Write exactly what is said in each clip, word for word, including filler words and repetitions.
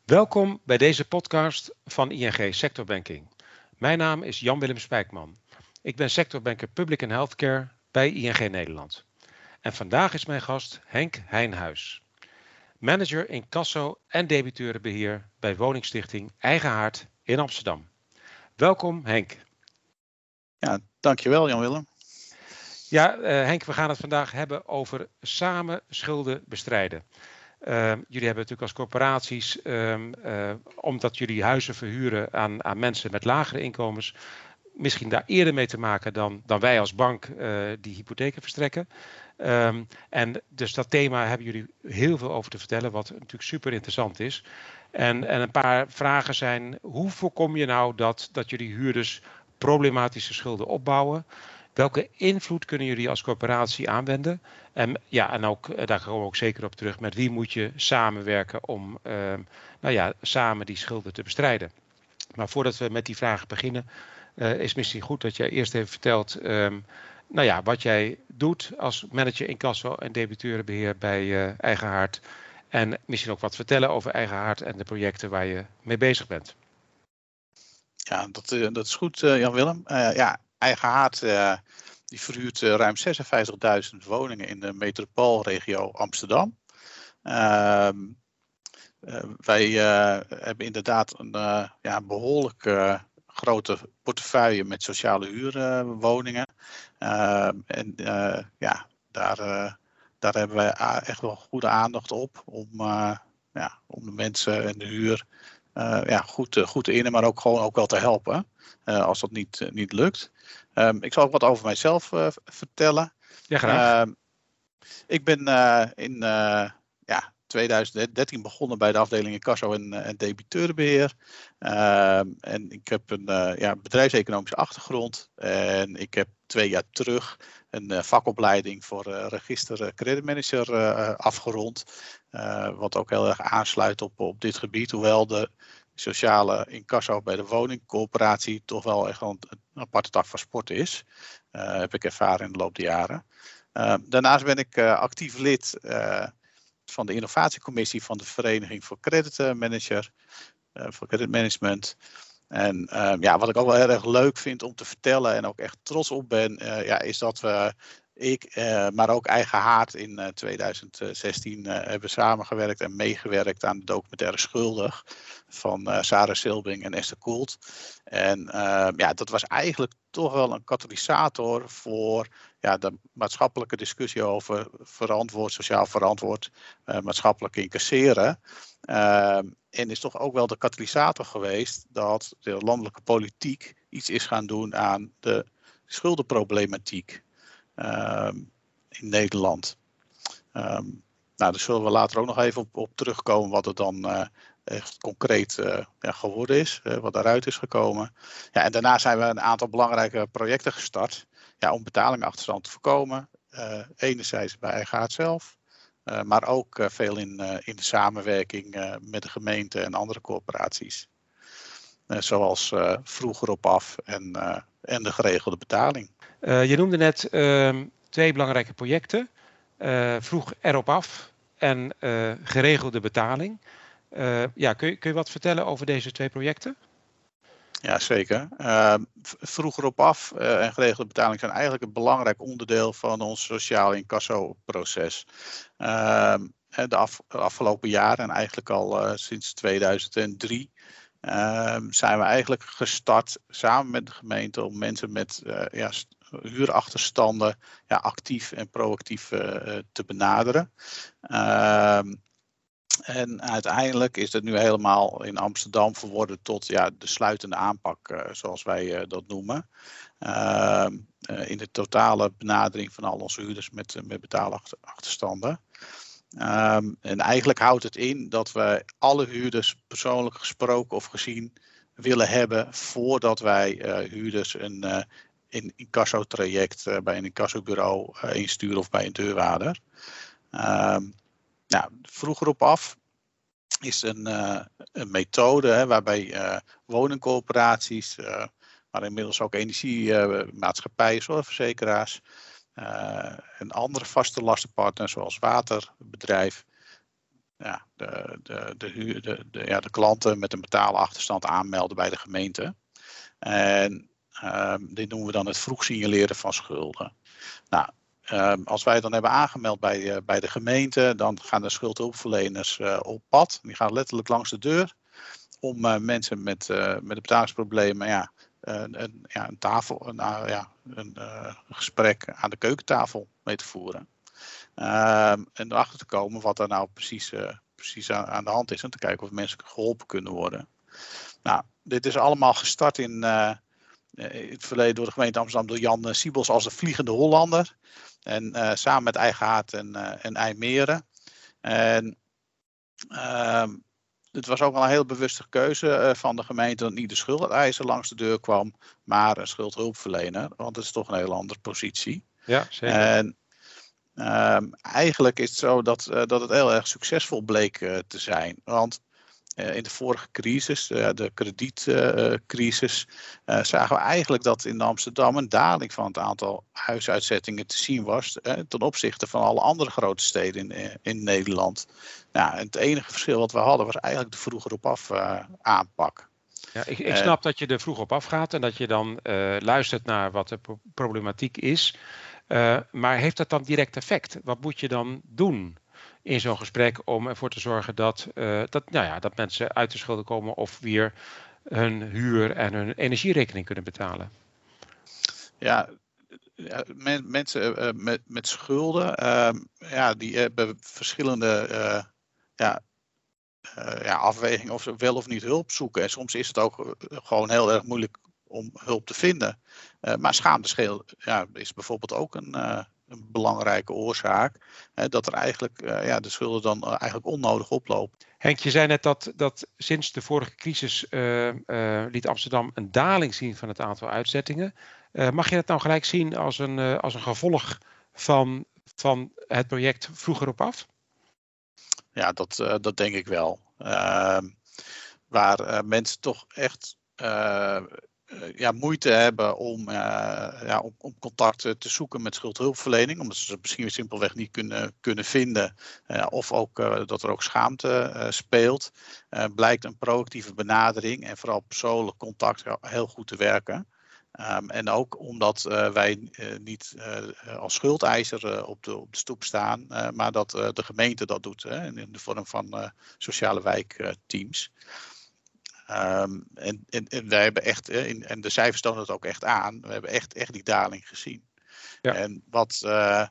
Welkom bij deze podcast van I N G Sectorbanking. Mijn naam is Jan-Willem Spijkman. Ik ben sectorbanker Public and Healthcare bij I N G Nederland. En vandaag is mijn gast Henk Heijnhuis, manager incasso en debiteurenbeheer bij woningstichting Eigen Haard in Amsterdam. Welkom Henk. Ja, dankjewel Jan-Willem. Ja, uh, Henk, we gaan het vandaag hebben over samen schulden bestrijden. Uh, jullie hebben natuurlijk als corporaties, uh, uh, omdat jullie huizen verhuren aan, aan mensen met lagere inkomens, misschien daar eerder mee te maken dan, dan wij als bank uh, die hypotheken verstrekken. Um, en dus dat thema hebben jullie heel veel over te vertellen, wat natuurlijk super interessant is. En, en een paar vragen zijn, hoe voorkom je nou dat, dat jullie huurders problematische schulden opbouwen? Welke invloed kunnen jullie als corporatie aanwenden? En, ja, en ook, daar komen we ook zeker op terug, met wie moet je samenwerken om uh, nou ja, samen die schulden te bestrijden? Maar voordat we met die vragen beginnen, uh, is het misschien goed dat jij eerst even vertelt um, nou ja, wat jij doet als manager incasso en debiteurenbeheer bij uh, Eigen Haard. En misschien ook wat vertellen over Eigen Haard en de projecten waar je mee bezig bent. Ja, dat, uh, dat is goed uh, Jan-Willem. Uh, ja, Eigen Haard uh, die verhuurt uh, ruim zesenvijftigduizend woningen in de metropoolregio Amsterdam. Uh, uh, wij uh, hebben inderdaad een uh, ja, behoorlijk uh, grote portefeuille met sociale huurwoningen. Uh, en uh, ja, daar, uh, daar hebben wij echt wel goede aandacht op om, uh, ja, om de mensen en de huur uh, ja, goed, uh, goed te innen, maar ook gewoon ook wel te helpen uh, als dat niet, uh, niet lukt. Um, ik zal ook wat over mijzelf uh, vertellen. Ja, graag. Uh, ik ben uh, in uh, ja, tweeduizend dertien begonnen bij de afdeling incasso en, uh, en debiteurenbeheer. Uh, en ik heb een uh, ja, bedrijfseconomische achtergrond. En ik heb twee jaar terug een uh, vakopleiding voor uh, register uh, creditmanager uh, afgerond. Uh, wat ook heel erg aansluit op, op dit gebied. Hoewel de sociale incasso bij de woningcorporatie toch wel echt een, een aparte tak van sport is. Uh, heb ik ervaren in de loop der jaren. Uh, daarnaast ben ik uh, actief lid uh, van de innovatiecommissie van de Vereniging voor Creditmanager, uh, voor creditmanagement. En uh, ja, wat ik ook wel heel erg leuk vind om te vertellen en ook echt trots op ben, uh, ja, is dat we, ik, uh, maar ook Eigen Haard in uh, tweeduizend zestien uh, hebben samengewerkt en meegewerkt aan de documentaire Schuldig van uh, Sarah Silbing en Esther Koelt. En uh, ja, dat was eigenlijk toch wel een katalysator voor ja, de maatschappelijke discussie over verantwoord, sociaal verantwoord, uh, maatschappelijk incasseren. Uh, en is toch ook wel de katalysator geweest dat de landelijke politiek iets is gaan doen aan de schuldenproblematiek uh, in Nederland. Um, nou, daar zullen we later ook nog even op, op terugkomen wat er dan uh, echt concreet uh, ja, geworden is, uh, wat daaruit is gekomen. Ja, en daarna zijn we een aantal belangrijke projecten gestart ja, om betalingachterstand te voorkomen. Uh, enerzijds bij Eigen Haard zelf, uh, maar ook uh, veel in, uh, in de samenwerking uh, met de gemeente en andere corporaties. Uh, zoals uh, vroeger op af en, uh, en de geregelde betaling. Uh, je noemde net uh, twee belangrijke projecten. Uh, vroeg erop af en uh, geregelde betaling. Uh, ja, kun je, kun je wat vertellen over deze twee projecten? Ja, zeker. Uh, vroeger op af uh, en geregelde betaling zijn eigenlijk een belangrijk onderdeel van ons sociaal incasso-proces. Uh, de, af, de afgelopen jaren en eigenlijk al uh, sinds tweeduizend drie uh, zijn we eigenlijk gestart samen met de gemeente om mensen met uh, ja, huurachterstanden ja, actief en proactief uh, te benaderen. Uh, En uiteindelijk is het nu helemaal in Amsterdam verworden tot ja, de sluitende aanpak, uh, zoals wij uh, dat noemen. Uh, uh, in de totale benadering van al onze huurders met, uh, met betaalachterstanden. Um, en eigenlijk houdt het in dat we alle huurders persoonlijk gesproken of gezien willen hebben voordat wij uh, huurders een uh, in incasso-traject uh, bij een incassobureau uh, insturen of bij een deurwaarder. Um, Nou, vroeger op af is een, uh, een methode hè, waarbij uh, woningcorporaties, uh, maar inmiddels ook energiemaatschappijen, zorgverzekeraars uh, en andere vaste lastenpartners zoals waterbedrijf ja, de, de, de, huur, de, de, ja, de klanten met een betaalachterstand aanmelden bij de gemeente. En um, dit noemen we dan het vroeg signaleren van schulden. Nou, um, als wij het dan hebben aangemeld bij, uh, bij de gemeente, dan gaan de schuldhulpverleners uh, op pad. Die gaan letterlijk langs de deur om uh, mensen met, uh, met een betalingsproblemen ja, een, een, ja, een, tafel, een, uh, ja, een uh, gesprek aan de keukentafel mee te voeren. Um, en erachter te komen wat er nou precies, uh, precies aan, aan de hand is. En te kijken of mensen geholpen kunnen worden. Nou, dit is allemaal gestart in, uh, in het verleden door de gemeente Amsterdam. Door Jan Siebels als de Vliegende Hollander. En uh, samen met Eigen en, uh, en IJmeren. En um, het was ook wel een heel bewuste keuze uh, van de gemeente. Dat niet de schuldeiser langs de deur kwam. Maar een schuldhulpverlener. Want dat is toch een hele andere positie. Ja, zeker. En, Um, eigenlijk is het zo dat, uh, dat het heel erg succesvol bleek uh, te zijn. Want uh, in de vorige crisis, uh, de kredietcrisis, uh, uh, zagen we eigenlijk dat in Amsterdam een daling van het aantal huisuitzettingen te zien was. Uh, ten opzichte van alle andere grote steden in, uh, in Nederland. Nou, het enige verschil wat we hadden was eigenlijk de vroeger op af uh, aanpak. Ja, ik, ik snap uh, dat je er vroeg op afgaat en dat je dan uh, luistert naar wat de pro- problematiek is. Uh, maar heeft dat dan direct effect? Wat moet je dan doen in zo'n gesprek om ervoor te zorgen dat, uh, dat, nou ja, dat mensen uit de schulden komen of weer hun huur en hun energierekening kunnen betalen? Ja, men, mensen uh, met, met schulden, uh, ja, die hebben verschillende uh, ja, uh, ja, afwegingen of ze wel of niet hulp zoeken. En soms is het ook gewoon heel erg moeilijk om hulp te vinden. Uh, maar schaamteschil ja, is bijvoorbeeld ook een, uh, een belangrijke oorzaak. Uh, dat er eigenlijk uh, ja, de schulden dan uh, eigenlijk onnodig oplopen. Henk, je zei net dat, dat sinds de vorige crisis uh, uh, liet Amsterdam een daling zien van het aantal uitzettingen. Uh, mag je dat nou gelijk zien als een, uh, als een gevolg van, van het project Vroeger op af? Ja, dat, uh, dat denk ik wel. Uh, waar uh, mensen toch echt uh, uh, ja, moeite hebben om, uh, ja, om, om contact te zoeken met schuldhulpverlening. Omdat ze het misschien simpelweg niet kunnen, kunnen vinden. Uh, of ook uh, dat er ook schaamte uh, speelt. Uh, blijkt een proactieve benadering en vooral persoonlijk contact heel goed te werken. Um, en ook omdat uh, wij uh, niet uh, als schuldeiser uh, op, de, op de stoep staan, uh, maar dat uh, de gemeente dat doet hè, in de vorm van uh, sociale wijkteams. Um, en, en, en wij hebben echt, uh, in, en de cijfers tonen het ook echt aan, we hebben echt, echt die daling gezien. Ja. En wat, uh,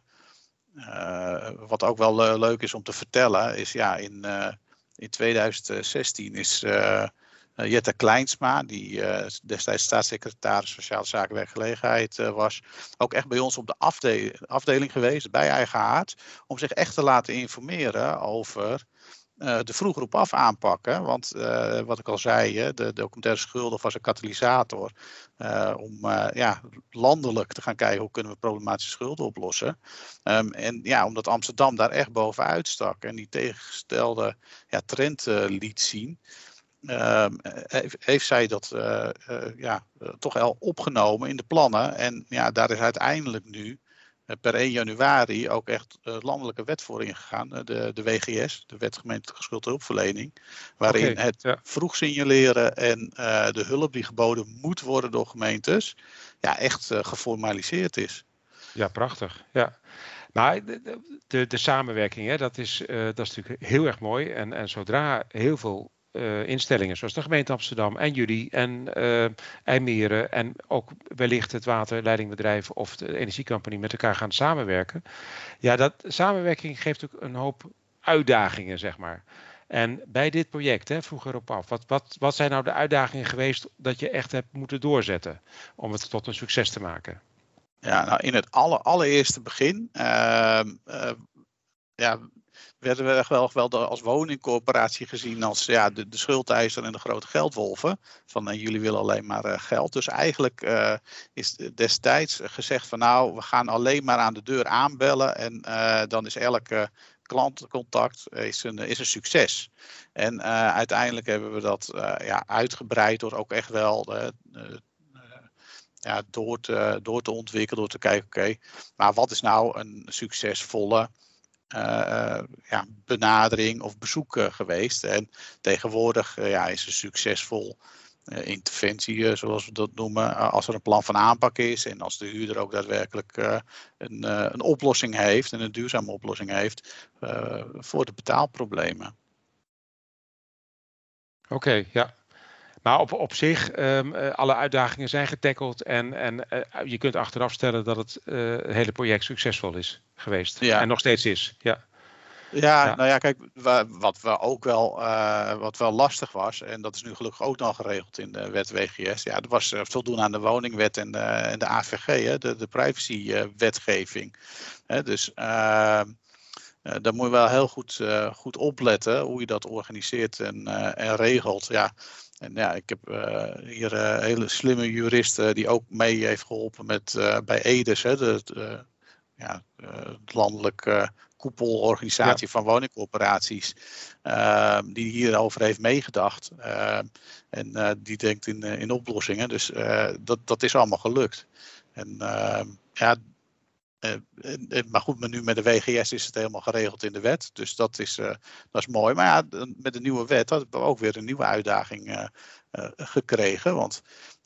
uh, wat ook wel uh, leuk is om te vertellen, is ja, in, uh, in tweeduizend zestien is Uh, Uh, Jette Kleinsma, die uh, destijds staatssecretaris Sociale Zaken en Werkgelegenheid uh, was, ook echt bij ons op de afdeling, afdeling geweest, bij Eigen Haard, om zich echt te laten informeren over uh, de vroeger op af aanpakken. Want uh, wat ik al zei, de documentaire schulden was een katalysator uh, om uh, ja, landelijk te gaan kijken hoe kunnen we problematische schulden oplossen. Um, en ja, omdat Amsterdam daar echt bovenuit stak en die tegengestelde ja, trend uh, liet zien. Uh, heeft, heeft zij dat uh, uh, ja, uh, toch wel opgenomen in de plannen. En ja, daar is uiteindelijk nu uh, per één januari ook echt uh, landelijke wet voor ingegaan. Uh, de, de W G S, de Wet Gemeentelijke Schuldhulpverlening. Waarin okay, het ja. vroeg signaleren en uh, de hulp die geboden moet worden door gemeentes ja, echt uh, geformaliseerd is. Ja, prachtig. Ja. Maar de, de, de samenwerking, hè, dat, is, uh, dat is natuurlijk heel erg mooi. En, en zodra heel veel Uh, instellingen zoals de gemeente Amsterdam en jullie en uh, IJmeren en ook wellicht het waterleidingbedrijf of de energiecompagnie met elkaar gaan samenwerken. Ja, dat samenwerking geeft ook een hoop uitdagingen, zeg maar. En bij dit project, hè, vroeger op af, wat, wat, wat zijn nou de uitdagingen geweest dat je echt hebt moeten doorzetten om het tot een succes te maken? Ja, nou in het aller, allereerste begin uh, uh, ja, werden we echt wel, wel als woningcorporatie gezien als ja, de, de schuldeiser en de grote geldwolven. Van uh, jullie willen alleen maar uh, geld. Dus eigenlijk uh, is destijds gezegd van nou, we gaan alleen maar aan de deur aanbellen. En uh, dan is elke klantcontact is een, is een succes. En uh, uiteindelijk hebben we dat uh, ja, uitgebreid door ook echt wel Uh, uh, Ja, door, te, door te ontwikkelen, door te kijken, oké, okay, maar wat is nou een succesvolle uh, ja, benadering of bezoek uh, geweest. En tegenwoordig uh, ja, is een succesvol uh, interventie, uh, zoals we dat noemen, uh, als er een plan van aanpak is en als de huurder ook daadwerkelijk uh, een, uh, een oplossing heeft en een duurzame oplossing heeft uh, voor de betaalproblemen. Oké, okay, ja. Maar op, op zich, um, uh, alle uitdagingen zijn getackeld en, en uh, je kunt achteraf stellen dat het, uh, het hele project succesvol is geweest. Ja. En nog steeds is. Ja. Ja, ja, nou ja, kijk, wat we ook wel, uh, wat wel lastig was, en dat is nu gelukkig ook nog geregeld in de wet W G S, ja, dat was uh, voldoen aan de woningwet en de, en de A V G, hè, de, de privacywetgeving. Uh, dus uh, uh, daar moet je wel heel goed, uh, goed opletten hoe je dat organiseert en, uh, en regelt. Ja. En ja, ik heb uh, hier een uh, hele slimme jurist uh, die ook mee heeft geholpen met, uh, bij EDES, hè, de, de, ja, uh, het landelijk uh, koepelorganisatie ja. van woningcorporaties, uh, die hierover heeft meegedacht. Uh, en uh, die denkt in, uh, in oplossingen. Dus uh, dat, dat is allemaal gelukt. En uh, ja, uh, maar goed, maar nu met de W G S is het helemaal geregeld in de wet. Dus dat is, uh, dat is mooi. Maar ja, met de nieuwe wet hadden we ook weer een nieuwe uitdaging uh, uh, gekregen. Want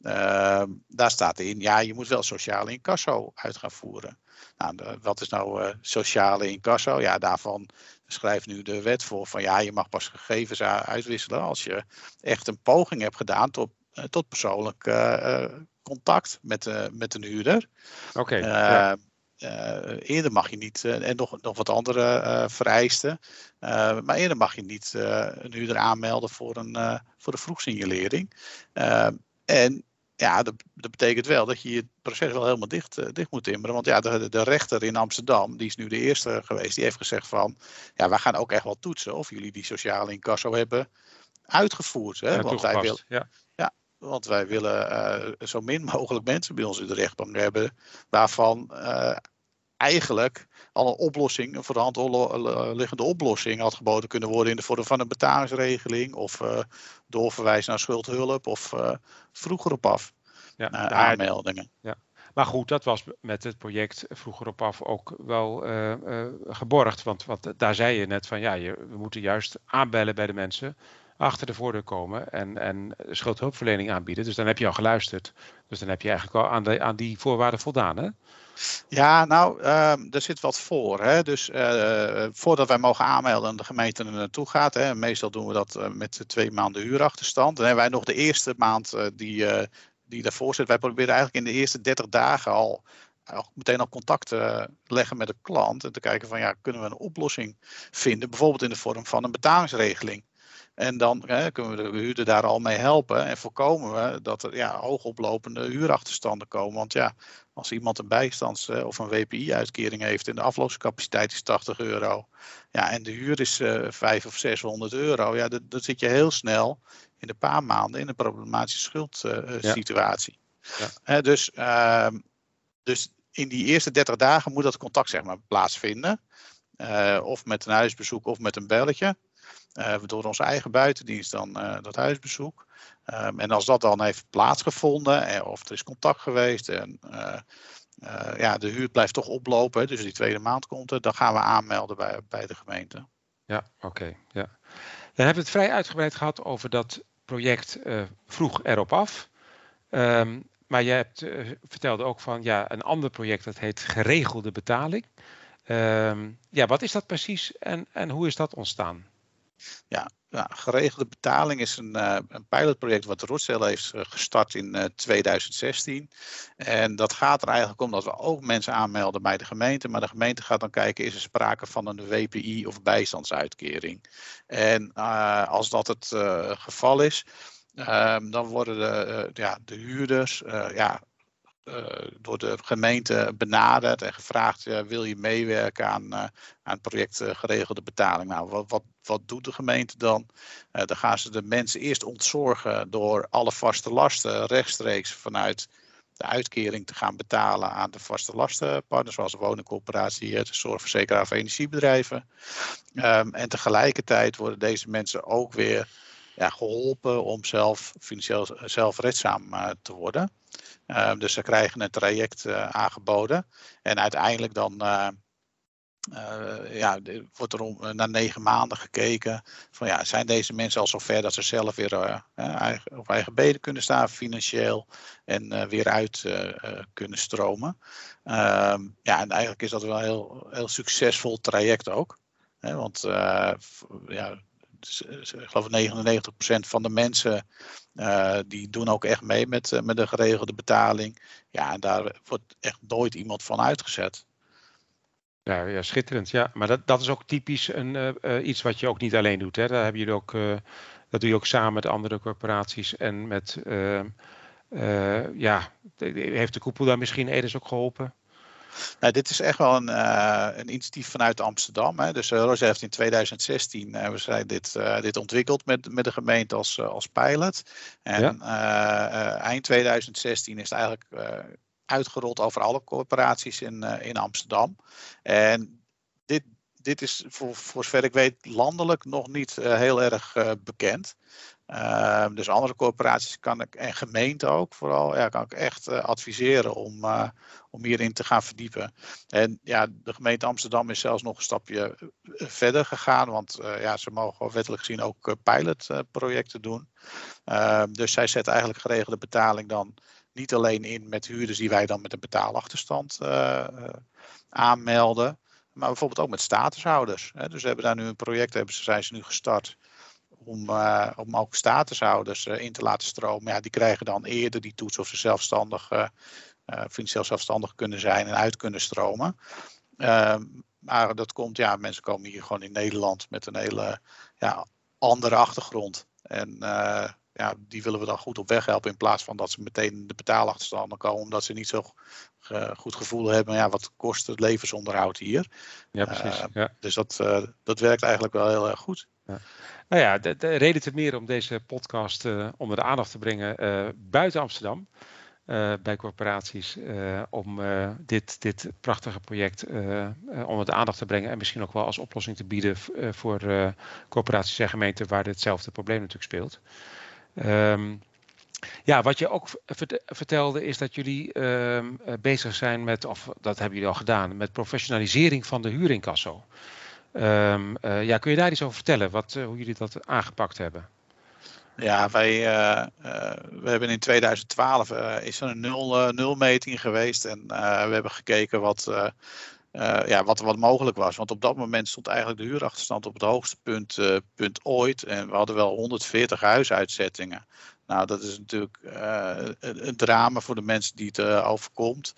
uh, daar staat in, ja, je moet wel sociale incasso uit gaan voeren. Nou, de, wat is nou uh, sociale incasso? Ja, daarvan schrijft nu de wet voor van ja, je mag pas gegevens uitwisselen als je echt een poging hebt gedaan tot, uh, tot persoonlijk uh, contact met, uh, met een huurder. Oké. Okay, uh, ja. Uh, eerder mag je niet, uh, en nog, nog wat andere uh, vereisten, uh, maar eerder mag je niet uh, een huurder aanmelden voor een, uh, voor een vroegsignalering. Uh, en ja, dat, dat betekent wel dat je het proces wel helemaal dicht, uh, dicht moet timmeren. Want ja, de, de rechter in Amsterdam, die is nu de eerste geweest, die heeft gezegd van, ja, wij gaan ook echt wel toetsen of jullie die sociale incasso hebben uitgevoerd. Hè? Ja, want wij willen, ja. ja, want wij willen uh, zo min mogelijk mensen bij ons in de rechtbank hebben, waarvan uh, eigenlijk al een oplossing, een voor de hand liggende oplossing had geboden kunnen worden in de vorm van een betalingsregeling of uh, doorverwijzen naar schuldhulp of uh, vroeger op af ja, uh, aanmeldingen. Ja. Maar goed, dat was met het project vroeger op af ook wel uh, uh, geborgd. Want, want daar zei je net van ja, je, we moeten juist aanbellen bij de mensen, achter de voordeur komen en, en schuldhulpverlening aanbieden. Dus dan heb je al geluisterd. Dus dan heb je eigenlijk al aan, de, aan die voorwaarden voldaan, hè? Ja, nou, uh, er zit wat voor. Hè? Dus uh, voordat wij mogen aanmelden en de gemeente er naartoe gaat, hè, meestal doen we dat uh, met twee maanden huurachterstand. Dan hebben wij nog de eerste maand uh, die, uh, die daarvoor zit. Wij proberen eigenlijk in de eerste dertig dagen al, al meteen al contact te leggen met de klant en te kijken van ja, kunnen we een oplossing vinden, bijvoorbeeld in de vorm van een betalingsregeling. En dan hè, kunnen we de huurder daar al mee helpen en voorkomen we dat er ja, hoogoplopende huurachterstanden komen. Want ja, als iemand een bijstands- of een W P I-uitkering heeft en de afloopscapaciteit is tachtig euro ja, en de huur is uh, vijfhonderd of zeshonderd euro, ja, dan zit je heel snel in een paar maanden in een problematische schuldsituatie. Uh, ja. Ja. Uh, dus, uh, dus in die eerste dertig dagen moet dat contact zeg maar, plaatsvinden. Uh, of met een huisbezoek of met een belletje. Uh, door onze eigen buitendienst dan uh, dat huisbezoek. Um, en als dat dan heeft plaatsgevonden, eh, of er is contact geweest en uh, uh, ja, de huur blijft toch oplopen, hè, dus die tweede maand komt er, dan gaan we aanmelden bij, bij de gemeente. Ja, oké. Okay, ja. Dan hebben we het vrij uitgebreid gehad over dat project uh, Vroeg erop af. Um, maar jij hebt, uh, vertelde ook van ja, een ander project dat heet Geregelde Betaling. Um, ja, wat is dat precies en, en hoe is dat ontstaan? Ja, ja, geregelde betaling is een, uh, een pilotproject wat Rocel heeft uh, gestart in uh, tweeduizend zestien. En dat gaat er eigenlijk om dat we ook mensen aanmelden bij de gemeente. Maar de gemeente gaat dan kijken, is er sprake van een W P I of bijstandsuitkering? En uh, als dat het uh, geval is, uh, dan worden de, uh, ja, de huurders uh, ja, Uh, door de gemeente benaderd en gevraagd, uh, wil je meewerken aan, uh, aan het project uh, geregelde betaling? Nou, wat, wat, wat doet de gemeente dan? Uh, dan gaan ze de mensen eerst ontzorgen door alle vaste lasten rechtstreeks vanuit de uitkering te gaan betalen aan de vaste lastenpartners, zoals de woningcorporatie, de zorgverzekeraar of energiebedrijven. Um, en tegelijkertijd worden deze mensen ook weer ja, geholpen om zelf financieel zelfredzaam uh, te worden. Uh, dus ze krijgen een traject uh, aangeboden. En uiteindelijk dan, uh, Uh, ja, er wordt er om, uh, na negen maanden gekeken van ja, zijn deze mensen al zover dat ze zelf weer uh, eigen, op eigen benen kunnen staan financieel en uh, weer uit uh, uh, kunnen stromen. Uh, ja, en eigenlijk is dat wel een heel, heel succesvol traject ook. Hè, want uh, ja, ik geloof negenennegentig procent van de mensen uh, die doen ook echt mee met, uh, met de geregelde betaling. Ja, en daar wordt echt nooit iemand van uitgezet. Ja, ja, schitterend. Ja, maar dat, dat is ook typisch een, uh, uh, iets wat je ook niet alleen doet. Hè. Daar heb je ook, uh, dat doe je ook samen met andere corporaties en met, uh, uh, ja, heeft de koepel daar misschien Edes ook geholpen? Nou, dit is echt wel een, uh, een initiatief vanuit Amsterdam. Hè. Dus uh, Rosa heeft in tweeduizend zestien uh, we zijn dit, uh, dit ontwikkeld met, met de gemeente als, uh, als pilot. En ja. uh, uh, eind tweeduizend zestien is het eigenlijk uh, uitgerold over alle corporaties in, uh, in Amsterdam. En dit, dit is voor, voor zover ik weet landelijk nog niet uh, heel erg uh, bekend. Uh, dus andere corporaties kan ik, en gemeenten ook vooral, ja, kan ik echt uh, adviseren om, uh, om hierin te gaan verdiepen. En ja, de gemeente Amsterdam is zelfs nog een stapje verder gegaan, want uh, ja, ze mogen wettelijk gezien ook uh, pilotprojecten uh, doen. Uh, dus zij zetten eigenlijk geregelde betaling dan niet alleen in met huurders die wij dan met een betaalachterstand uh, uh, aanmelden, maar bijvoorbeeld ook met statushouders. Hè. Dus we hebben daar nu een project, hebben ze, zijn ze nu gestart. Om, uh, om ook statushouders uh, in te laten stromen. Ja, die krijgen dan eerder die toets of ze zelfstandig, uh, uh, financieel zelfstandig kunnen zijn en uit kunnen stromen. Uh, maar dat komt, ja, mensen komen hier gewoon in Nederland met een hele ja, andere achtergrond. En uh, ja, die willen we dan goed op weg helpen in plaats van dat ze meteen de betaalachterstanden komen. Omdat ze niet zo uh, goed gevoel hebben, ja, wat kost het levensonderhoud hier. Ja, precies. Uh, ja. Dus dat, uh, dat werkt eigenlijk wel heel erg goed. Ja. Nou ja, de, de reden te meer om deze podcast uh, onder de aandacht te brengen uh, buiten Amsterdam. Uh, bij corporaties uh, om uh, dit, dit prachtige project uh, uh, onder de aandacht te brengen en misschien ook wel als oplossing te bieden uh, voor uh, corporaties en gemeenten waar ditzelfde probleem natuurlijk speelt. Um, ja, wat je ook vertelde is dat jullie uh, bezig zijn met, of dat hebben jullie al gedaan, met professionalisering van de huurincasso. Um, uh, ja, kun je daar iets over vertellen, wat, uh, hoe jullie dat aangepakt hebben? Ja, wij uh, uh, we hebben in tweeduizend twaalf uh, is er een nul, uh, nulmeting geweest en uh, we hebben gekeken wat, uh, uh, ja, wat, wat mogelijk was. Want op dat moment stond eigenlijk de huurachterstand op het hoogste punt, uh, punt ooit en we hadden wel honderdveertig huisuitzettingen. Nou, dat is natuurlijk uh, een, een drama voor de mensen die het uh, overkomt.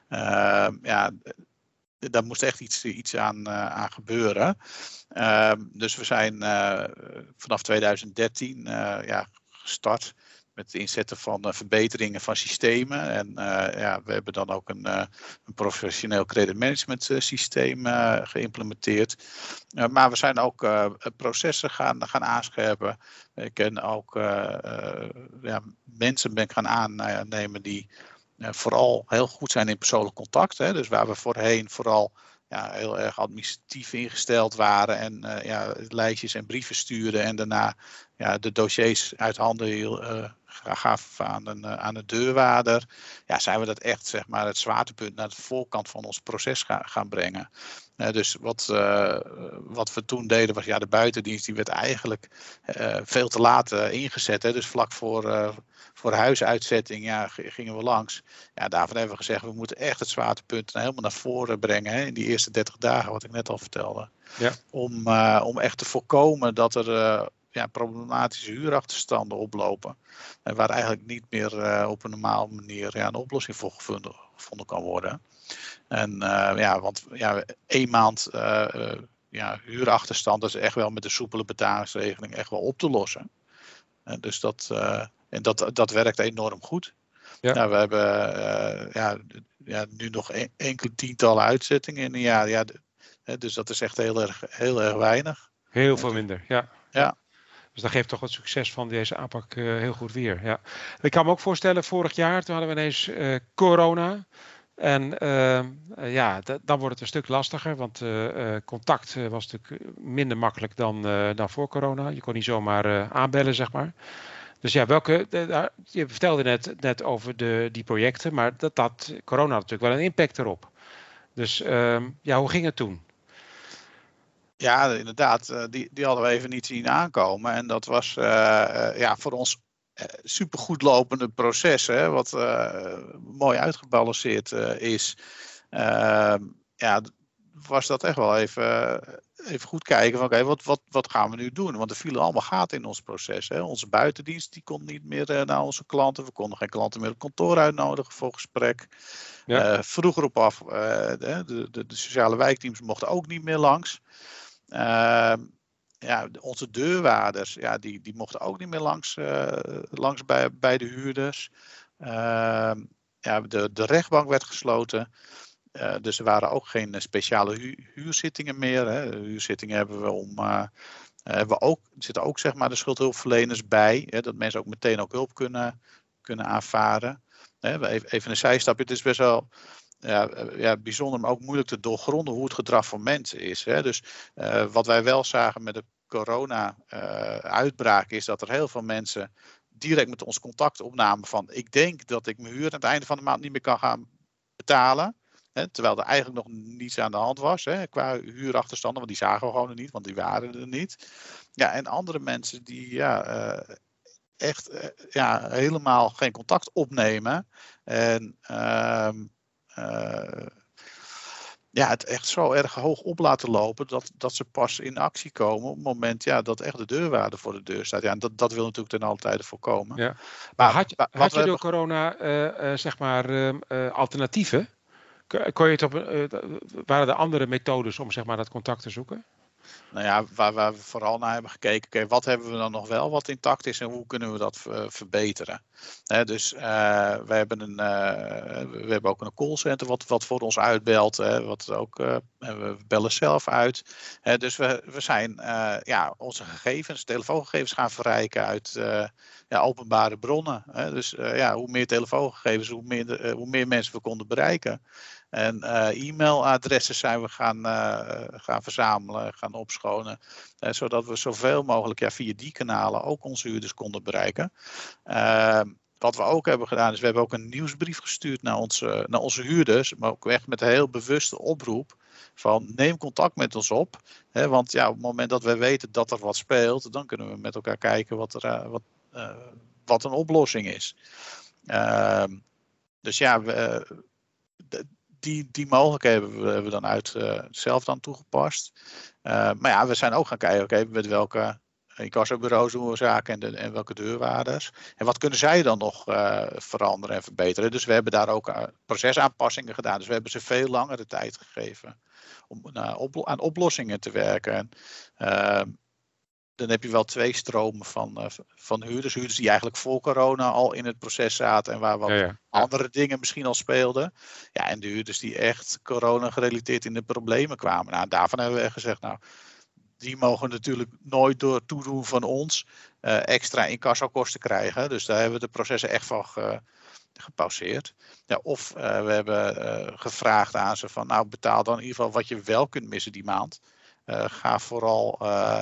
Uh, ja, daar moest echt iets, iets aan, uh, aan gebeuren. Uh, dus we zijn uh, vanaf tweeduizend dertien uh, ja, gestart met het inzetten van uh, verbeteringen van systemen. En uh, ja, we hebben dan ook een, uh, een professioneel credit management uh, systeem uh, geïmplementeerd. Uh, maar we zijn ook uh, processen gaan, gaan aanscherpen. Ik ken ook uh, uh, ja, mensen ben ik gaan aannemen die Uh, vooral heel goed zijn in persoonlijk contact. Hè? Dus waar we voorheen vooral ja, heel erg administratief ingesteld waren en uh, ja, lijstjes en brieven sturen en daarna ja, de dossiers uit handen uh, gaven aan een, uh, aan de deurwaarder. Ja, zijn we dat echt, zeg maar, het zwaartepunt naar de voorkant van ons proces ga, gaan brengen. Uh, dus wat, uh, wat we toen deden was, ja, de buitendienst die werd eigenlijk uh, veel te laat uh, ingezet. Hè? Dus vlak voor, uh, voor huisuitzetting ja, gingen we langs. Ja, daarvan hebben we gezegd, we moeten echt het zwaartepunt helemaal naar voren brengen. Hè? In die eerste dertig dagen, wat ik net al vertelde. Ja. Om, uh, om echt te voorkomen dat er uh, ja, problematische huurachterstanden oplopen. En waar eigenlijk niet meer uh, op een normale manier ja, een oplossing voor gevonden, gevonden kan worden. En uh, ja, want ja, één maand uh, uh, ja, huurachterstand is echt wel met de soepele betalingsregeling echt wel op te lossen. Uh, dus dat, uh, en dat, dat werkt enorm goed. Ja. Nou, we hebben uh, ja, ja, nu nog en, enkele tientallen uitzettingen in een jaar. Ja, de, dus dat is echt heel erg, heel erg weinig. Heel veel minder, ja. Ja. Dus dat geeft toch het succes van deze aanpak uh, heel goed weer. Ja. Ik kan me ook voorstellen, vorig jaar toen hadden we ineens uh, corona. En uh, ja, d- dan wordt het een stuk lastiger, want uh, uh, contact uh, was natuurlijk minder makkelijk dan, uh, dan voor corona. Je kon niet zomaar uh, aanbellen, zeg maar. Dus ja, welke, uh, je vertelde net, net over de, die projecten, maar dat had corona natuurlijk wel een impact erop. Dus uh, ja, hoe ging het toen? Ja, inderdaad. Uh, die, die hadden we even niet zien aankomen. En dat was uh, uh, ja, voor ons uh, supergoed lopende proces. Hè, wat uh, mooi uitgebalanceerd uh, is. Uh, ja, was dat echt wel even, uh, even goed kijken van oké, okay, wat, wat, wat gaan we nu doen? Want er vielen allemaal gaten in ons proces. Hè. Onze buitendienst die kon niet meer uh, naar onze klanten. We konden geen klanten meer op kantoor uitnodigen voor gesprek. Ja. Uh, vroeger op af, uh, de, de, de sociale wijkteams mochten ook niet meer langs. Uh, ja, onze deurwaarders, ja, die, die mochten ook niet meer langs, uh, langs bij, bij de huurders. Uh, ja, de, de rechtbank werd gesloten. Uh, dus er waren ook geen speciale hu- huurzittingen meer. Hè. Huurzittingen hebben we om. Uh, hebben we ook, er zitten ook zeg maar, de schuldhulpverleners bij. Hè, dat mensen ook meteen ook hulp kunnen, kunnen aanvaren. Hè, even, even een zijstapje. Het is best wel. Ja, ja, bijzonder, maar ook moeilijk te doorgronden hoe het gedrag van mensen is. Hè. Dus uh, wat wij wel zagen met de corona-uitbraak uh, is dat er heel veel mensen direct met ons contact opnamen van ik denk dat ik mijn huur aan het einde van de maand niet meer kan gaan betalen. Hè, terwijl er eigenlijk nog niets aan de hand was hè, qua huurachterstanden, want die zagen we gewoon niet, want die waren er niet. Ja, en andere mensen die ja, uh, echt uh, ja, helemaal geen contact opnemen. En uh, Uh, ja, het echt zo erg hoog op laten lopen dat, dat ze pas in actie komen op het moment ja, dat echt de deurwaarde voor de deur staat. Ja, en dat, dat wil natuurlijk ten alle tijde voorkomen. Ja. Maar, maar had, wat had je door corona uh, uh, zeg maar uh, uh, alternatieven? Kon je het op, uh, waren er andere methodes om zeg maar, dat contact te zoeken? Nou ja, waar, waar we vooral naar hebben gekeken, okay, wat hebben we dan nog wel wat intact is en hoe kunnen we dat uh, verbeteren. He, dus uh, we, hebben een, uh, we hebben ook een callcenter wat, wat voor ons uitbelt, hè, wat ook, uh, we bellen zelf uit. He, dus we, we zijn uh, ja, onze gegevens, telefoongegevens gaan verrijken uit uh, ja, openbare bronnen. Hè. Dus uh, ja, hoe meer telefoongegevens, hoe meer, de, uh, hoe meer mensen we konden bereiken. En uh, e-mailadressen zijn we gaan, uh, gaan verzamelen, gaan opschonen. Uh, zodat we zoveel mogelijk ja, via die kanalen ook onze huurders konden bereiken. Uh, wat we ook hebben gedaan is, we hebben ook een nieuwsbrief gestuurd naar onze, naar onze huurders. Maar ook echt met een heel bewuste oproep van neem contact met ons op. Hè, want ja, op het moment dat we weten dat er wat speelt, dan kunnen we met elkaar kijken wat, er, uh, wat, uh, wat een oplossing is. Uh, dus ja, we, de, Die, die mogelijkheden hebben we, hebben we dan uit uh, zelf dan toegepast. Uh, maar ja, we zijn ook gaan kijken, oké, okay, met welke incassobureaus doen we zaken en, de, en welke deurwaarders. En wat kunnen zij dan nog uh, veranderen en verbeteren. Dus we hebben daar ook uh, procesaanpassingen gedaan. Dus we hebben ze veel langere tijd gegeven om uh, op, aan oplossingen te werken. Uh, dan heb je wel twee stromen van, uh, van huurders. Huurders die eigenlijk voor corona al in het proces zaten en waar wat ja, ja, ja. andere dingen misschien al speelden. Ja, en de huurders die echt corona gerelateerd in de problemen kwamen. Nou, daarvan hebben we echt gezegd, nou, die mogen natuurlijk nooit door toedoen van ons uh, extra incassokosten krijgen. Dus daar hebben we de processen echt van ge, gepauzeerd. Ja, of uh, we hebben uh, gevraagd aan ze van, nou, betaal dan in ieder geval wat je wel kunt missen die maand. Uh, ga vooral Uh,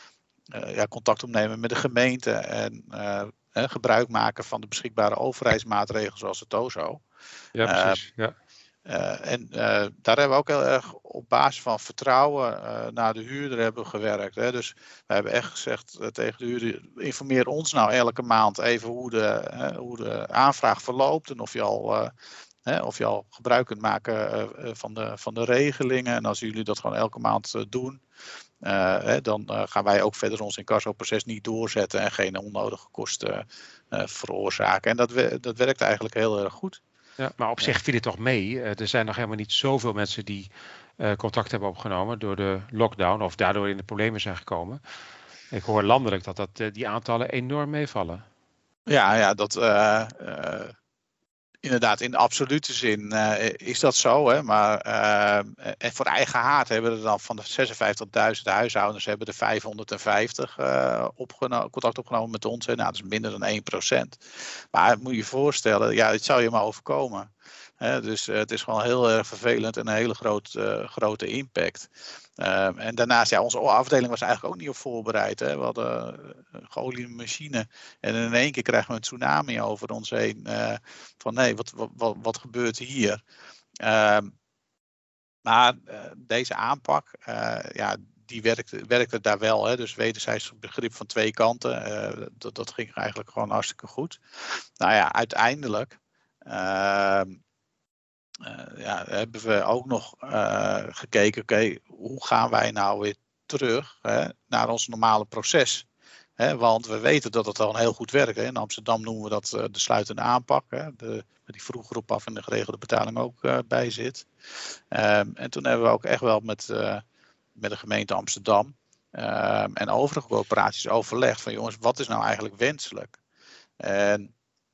Uh, ja, contact opnemen met de gemeente en uh, uh, gebruik maken van de beschikbare overheidsmaatregelen zoals het O S O. Ja, precies. Uh, ja. Uh, en uh, daar hebben we ook heel erg op basis van vertrouwen uh, naar de huurder hebben gewerkt. Hè. Dus we hebben echt gezegd uh, tegen de huurder, informeer ons nou elke maand even hoe de, uh, hoe de aanvraag verloopt en of je al... Uh, He, of je al gebruik kunt maken uh, van, de, van de regelingen. En als jullie dat gewoon elke maand uh, doen, uh, he, dan uh, gaan wij ook verder ons incassoproces niet doorzetten en geen onnodige kosten uh, veroorzaken. En dat, we, dat werkt eigenlijk heel erg goed. Ja, maar op zich viel het toch mee. Uh, er zijn nog helemaal niet zoveel mensen die uh, contact hebben opgenomen door de lockdown of daardoor in de problemen zijn gekomen. Ik hoor landelijk dat, dat uh, die aantallen enorm meevallen. Ja, ja dat... Uh, uh, Inderdaad, in de absolute zin uh, is dat zo. Hè? Maar uh, en voor eigen haard hebben er dan van de zesenvijftigduizend huishoudens hebben er vijfhonderdvijftig uh, opgeno- contact opgenomen met ons. Hè? Nou, dat is minder dan één procent. Maar moet je je voorstellen, ja, het zou je maar overkomen. Hè? Dus uh, het is gewoon heel erg vervelend en een hele groot, uh, grote impact. Uh, en daarnaast, ja, onze afdeling was eigenlijk ook niet op voorbereid. Hè? We hadden een geoliede machine en in één keer krijgen we een tsunami over ons heen. Uh, van nee, wat, wat, wat gebeurt hier? Uh, maar uh, deze aanpak, uh, ja, die werkte, werkte daar wel. Hè? Dus wederzijds begrip van twee kanten. Uh, dat, dat ging eigenlijk gewoon hartstikke goed. Nou ja, uiteindelijk uh, uh, ja, hebben we ook nog uh, gekeken, oké, okay, hoe gaan wij nou weer terug hè, naar ons normale proces? Hè, want we weten dat het al een heel goed werkt. Hè. In Amsterdam noemen we dat uh, de sluitende aanpak. Hè, de, waar die vroeger op af en de geregelde betaling ook uh, bij zit. Um, en toen hebben we ook echt wel met, uh, met de gemeente Amsterdam um, en overige coöperaties overlegd van jongens, wat is nou eigenlijk wenselijk? En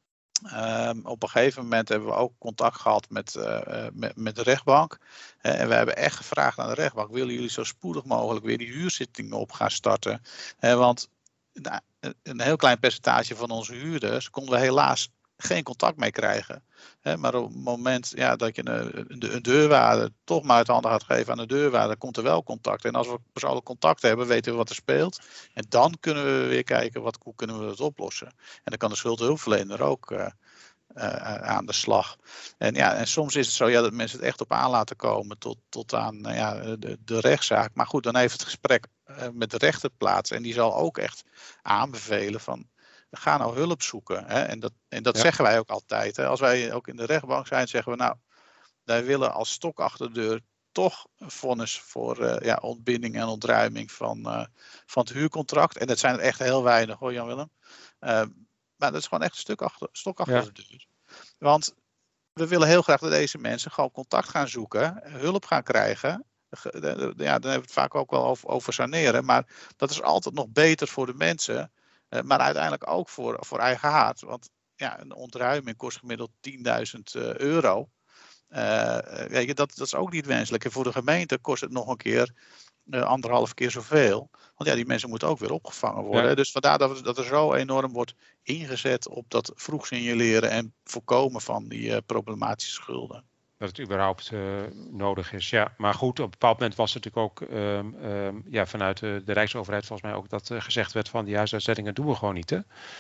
um, op een gegeven moment hebben we ook contact gehad met, uh, met, met de rechtbank. Uh, en we hebben echt gevraagd aan de rechtbank, willen jullie zo spoedig mogelijk weer die huurzittingen op gaan starten? Uh, want nou, een heel klein percentage van onze huurders konden we helaas geen contact mee krijgen. He, maar op het moment ja, dat je een, een deurwaarder toch maar uit handen gaat geven aan de deurwaarder, komt er wel contact. En als we persoonlijk contact hebben, weten we wat er speelt. En dan kunnen we weer kijken, wat, hoe kunnen we dat oplossen. En dan kan de schuldhulpverlener ook uh, uh, aan de slag. En, ja, en soms is het zo ja, dat mensen het echt op aan laten komen tot, tot aan uh, ja, de, de rechtszaak. Maar goed, dan heeft het gesprek uh, met de rechter plaats. En die zal ook echt aanbevelen van, ga nou hulp zoeken. Hè? En dat, en dat ja. zeggen wij ook altijd. Hè? Als wij ook in de rechtbank zijn, zeggen we nou, wij willen als stok achter de deur toch een vonnis voor uh, ja, ontbinding en ontruiming van, uh, van het huurcontract. En dat zijn er echt heel weinig hoor, Jan-Willem. Uh, maar dat is gewoon echt een stuk achter, stok achter ja. de deur. Want we willen heel graag dat deze mensen gewoon contact gaan zoeken, hulp gaan krijgen. Ja, dan hebben we het vaak ook wel over, over saneren. Maar dat is altijd nog beter voor de mensen. Uh, maar uiteindelijk ook voor, voor eigen haard. Want ja, een ontruiming kost gemiddeld tienduizend euro. Uh, weet je, dat, dat is ook niet wenselijk. En voor de gemeente kost het nog een keer uh, anderhalf keer zoveel. Want ja, die mensen moeten ook weer opgevangen worden. Ja. Dus vandaar dat, dat er zo enorm wordt ingezet op dat vroeg signaleren en voorkomen van die uh, problematische schulden. Dat het überhaupt uh, nodig is. Ja, maar goed, op een bepaald moment was het natuurlijk ook um, um, ja, vanuit de, de Rijksoverheid volgens mij ook dat uh, gezegd werd van die huisuitzettingen doen we gewoon niet. Hè?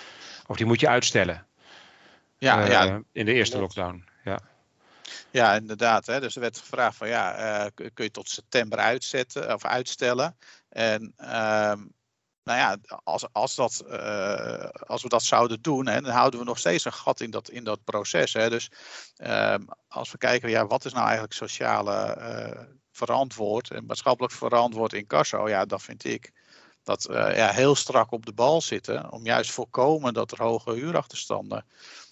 Of die moet je uitstellen. Ja, uh, ja, in de eerste klopt. lockdown. Ja. Ja, inderdaad. Hè. Dus er werd gevraagd van ja, uh, kun je tot september uitzetten of uitstellen. En um, nou ja, als, als, dat, uh, als we dat zouden doen, hè, dan houden we nog steeds een gat in dat, in dat proces. Hè. Dus um, als we kijken, ja, wat is nou eigenlijk sociale uh, verantwoord en maatschappelijk verantwoord incasso? Ja, dat vind ik dat uh, ja, heel strak op de bal zitten om juist voorkomen dat er hoge huurachterstanden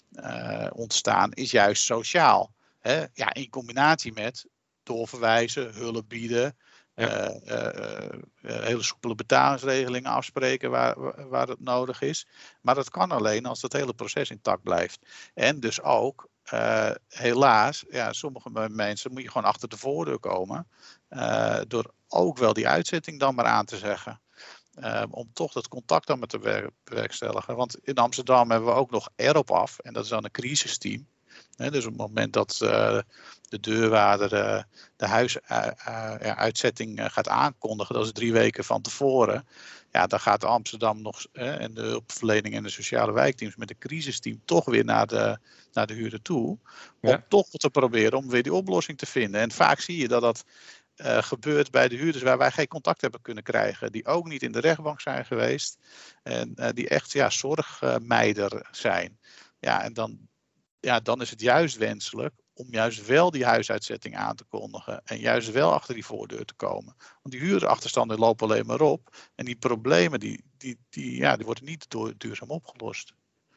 uh, ontstaan, is juist sociaal. Hè? Ja, in combinatie met doorverwijzen, hulp bieden, ja. uh, uh, uh, hele soepele betalingsregelingen afspreken waar, waar het nodig is. Maar dat kan alleen als dat hele proces intact blijft. En dus ook, uh, helaas, ja, sommige mensen moet je gewoon achter de voordeur komen. Uh, door ook wel die uitzetting dan maar aan te zeggen. Uh, om toch dat contact dan maar te bewerkstelligen. Want in Amsterdam hebben we ook nog erop af. En dat is dan een crisisteam. He, dus op het moment dat uh, de deurwaarder uh, de huisuitzetting uh, uh, gaat aankondigen, dat is drie weken van tevoren. Ja, dan gaat Amsterdam nog uh, en de hulpverlening en de sociale wijkteams met een crisisteam toch weer naar de, naar de huurder toe. Om ja. toch te proberen om weer die oplossing te vinden. En vaak zie je dat dat uh, gebeurt bij de huurders waar wij geen contact hebben kunnen krijgen. Die ook niet in de rechtbank zijn geweest. En uh, die echt ja, zorgmeider zijn. Ja, en dan... Ja, dan is het juist wenselijk om juist wel die huisuitzetting aan te kondigen. En juist wel achter die voordeur te komen. Want die huurachterstanden lopen alleen maar op. En die problemen die, die, die, ja, die worden niet door, duurzaam opgelost.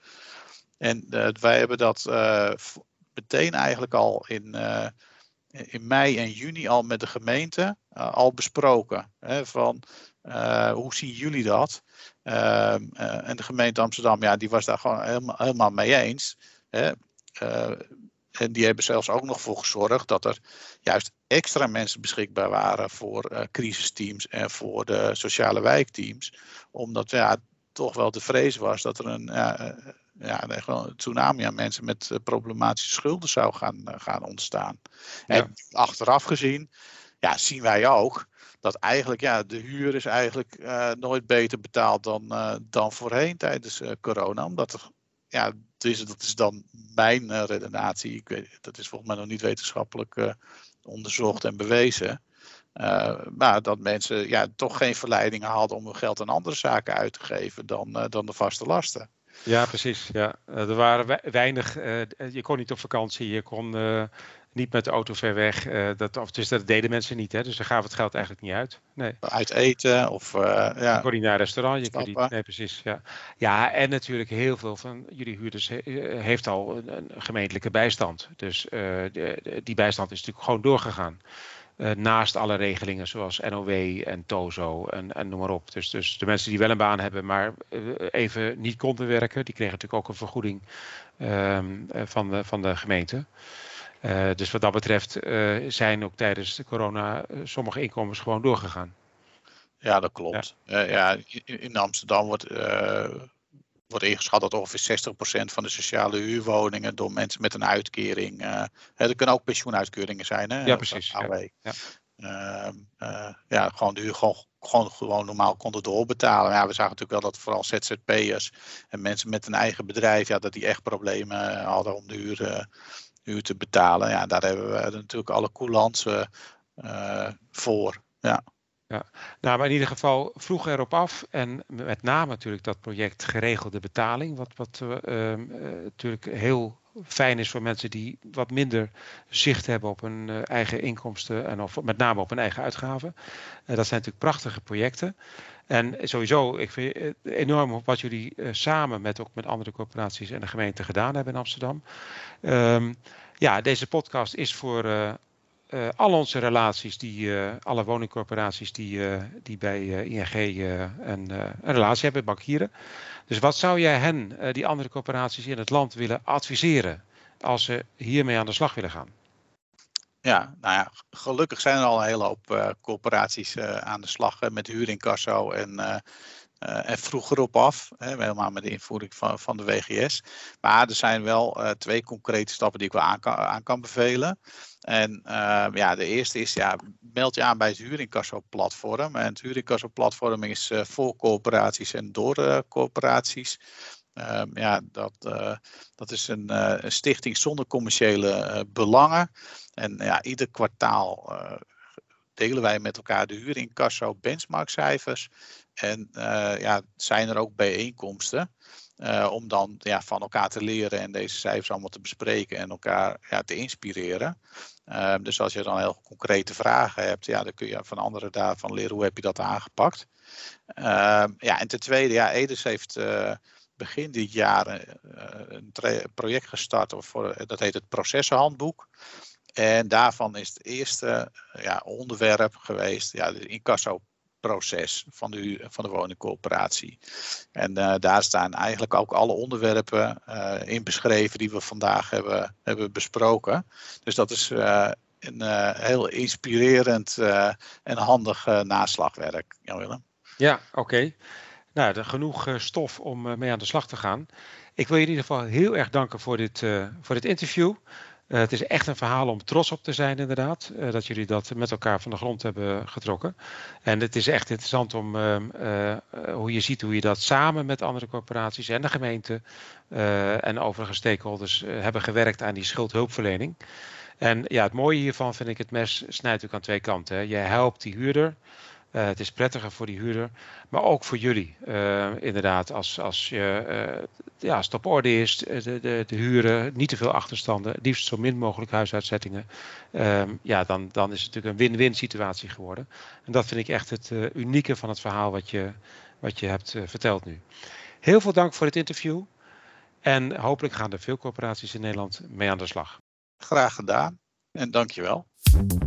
En uh, wij hebben dat uh, meteen eigenlijk al in, uh, in mei en juni al met de gemeente uh, al besproken. Hè, van uh, hoe zien jullie dat? Uh, uh, en de gemeente Amsterdam, ja, die was daar gewoon helemaal, helemaal mee eens. Hè. Uh, en die hebben zelfs ook nog voor gezorgd dat er juist extra mensen beschikbaar waren voor uh, crisisteams en voor de sociale wijkteams. Omdat ja, toch wel de vrees was dat er een, uh, ja, een tsunami aan mensen met uh, problematische schulden zou gaan, uh, gaan ontstaan. Ja. En achteraf gezien ja, zien wij ook dat eigenlijk ja, de huur is eigenlijk uh, nooit beter betaald dan, uh, dan voorheen tijdens uh, corona. Omdat er ja, dus dat is dan mijn uh, redenatie. Ik weet, dat is volgens mij nog niet wetenschappelijk uh, onderzocht en bewezen. Uh, maar dat mensen ja, toch geen verleidingen hadden om hun geld aan andere zaken uit te geven dan, uh, dan de vaste lasten. Ja, precies. Ja. Er waren weinig, uh, je kon niet op vakantie, je kon uh, niet met de auto ver weg. Uh, dat, of, dus dat deden mensen niet, hè? Dus ze gaven het geld eigenlijk niet uit. Nee. Uit eten of uh, ja. Je kon niet naar een restaurant, je kon niet. Nee, precies. Ja. Ja, en natuurlijk heel veel van jullie huurders he, heeft al een, een gemeentelijke bijstand. Dus uh, de, de, die bijstand is natuurlijk gewoon doorgegaan. Uh, naast alle regelingen zoals N O W en TOZO en, en noem maar op. Dus, dus de mensen die wel een baan hebben, maar uh, even niet konden werken, die kregen natuurlijk ook een vergoeding uh, van, de, van de gemeente. Uh, dus wat dat betreft uh, zijn ook tijdens de corona uh, sommige inkomens gewoon doorgegaan. Ja, dat klopt. Ja. Uh, ja, in, in Amsterdam wordt, uh, wordt ingeschat dat ongeveer zestig procent van de sociale huurwoningen door mensen met een uitkering. Uh, er kunnen ook pensioenuitkeringen zijn, hè? Ja, precies. A W. Ja. Ja. Uh, uh, ja, gewoon de huur gewoon, gewoon, gewoon normaal konden doorbetalen. Ja, we zagen natuurlijk wel dat vooral Z Z P'ers en mensen met een eigen bedrijf, ja, dat die echt problemen hadden om de huur, uh, huur te betalen. Ja, daar hebben we natuurlijk alle coulants uh, voor. Ja. Ja, nou, maar in ieder geval vroeg erop af en met name natuurlijk dat project geregelde betaling, wat, wat uh, uh, natuurlijk heel fijn is voor mensen die wat minder zicht hebben op hun uh, eigen inkomsten en of met name op hun eigen uitgaven. Uh, dat zijn natuurlijk prachtige projecten. En sowieso, ik vind het enorm wat jullie uh, samen met ook met andere corporaties en de gemeente gedaan hebben in Amsterdam. Um, ja, deze podcast is voor uh, Uh, al onze relaties, die, uh, alle woningcorporaties die, uh, die bij uh, I N G uh, een, uh, een relatie hebben, bankieren. Dus wat zou jij hen, uh, die andere corporaties in het land, willen adviseren als ze hiermee aan de slag willen gaan? Ja, nou ja, gelukkig zijn er al een hele hoop uh, corporaties uh, aan de slag uh, met huurincasso en, uh, uh, en vroeger op af, hè, helemaal met de invoering van, van de W G S. Maar er zijn wel uh, twee concrete stappen die ik wel aan kan, aan kan bevelen. En uh, ja, de eerste is, ja, meld je aan bij het huurincasso-platform. En het huurincasso-platform is uh, voor corporaties en door uh, corporaties. Uh, ja, dat, uh, dat is een, uh, een stichting zonder commerciële uh, belangen. En ja, ieder kwartaal uh, delen wij met elkaar de huurincasso benchmarkcijfers. En uh, ja, zijn er ook bijeenkomsten. Uh, om dan ja, van elkaar te leren en deze cijfers allemaal te bespreken en elkaar ja, te inspireren. Uh, dus als je dan heel concrete vragen hebt, ja, dan kun je van anderen daarvan leren hoe heb je dat aangepakt. Uh, ja, en ten tweede, ja, Edes heeft uh, begin dit jaar uh, een tra- project gestart, of voor, dat heet het processenhandboek. En daarvan is het eerste ja, onderwerp geweest, ja, de incasso proces van de, van de woningcorporatie. En uh, daar staan eigenlijk ook alle onderwerpen uh, in beschreven die we vandaag hebben, hebben besproken. Dus dat is uh, een uh, heel inspirerend uh, en handig uh, naslagwerk, Jan-Willem. Ja, oké. Okay. Nou, er genoeg uh, stof om uh, mee aan de slag te gaan. Ik wil je in ieder geval heel erg danken voor dit, uh, voor dit interview. Uh, het is echt een verhaal om trots op te zijn, inderdaad. Uh, dat jullie dat met elkaar van de grond hebben getrokken. En het is echt interessant om uh, uh, hoe je ziet hoe je dat samen met andere corporaties en de gemeente uh, en overige stakeholders uh, hebben gewerkt aan die schuldhulpverlening. En ja, het mooie hiervan vind ik, het mes snijdt natuurlijk aan twee kanten. Hè. Je helpt die huurder. Uh, het is prettiger voor die huurder, maar ook voor jullie. Uh, inderdaad, als, als, je, uh, ja, als het op orde is, de, de, de huren, niet te veel achterstanden, liefst zo min mogelijk huisuitzettingen. Uh, ja, dan, dan is het natuurlijk een win-win situatie geworden. En dat vind ik echt het uh, unieke van het verhaal wat je, wat je hebt uh, verteld nu. Heel veel dank voor het interview. En hopelijk gaan er veel corporaties in Nederland mee aan de slag. Graag gedaan en dankjewel.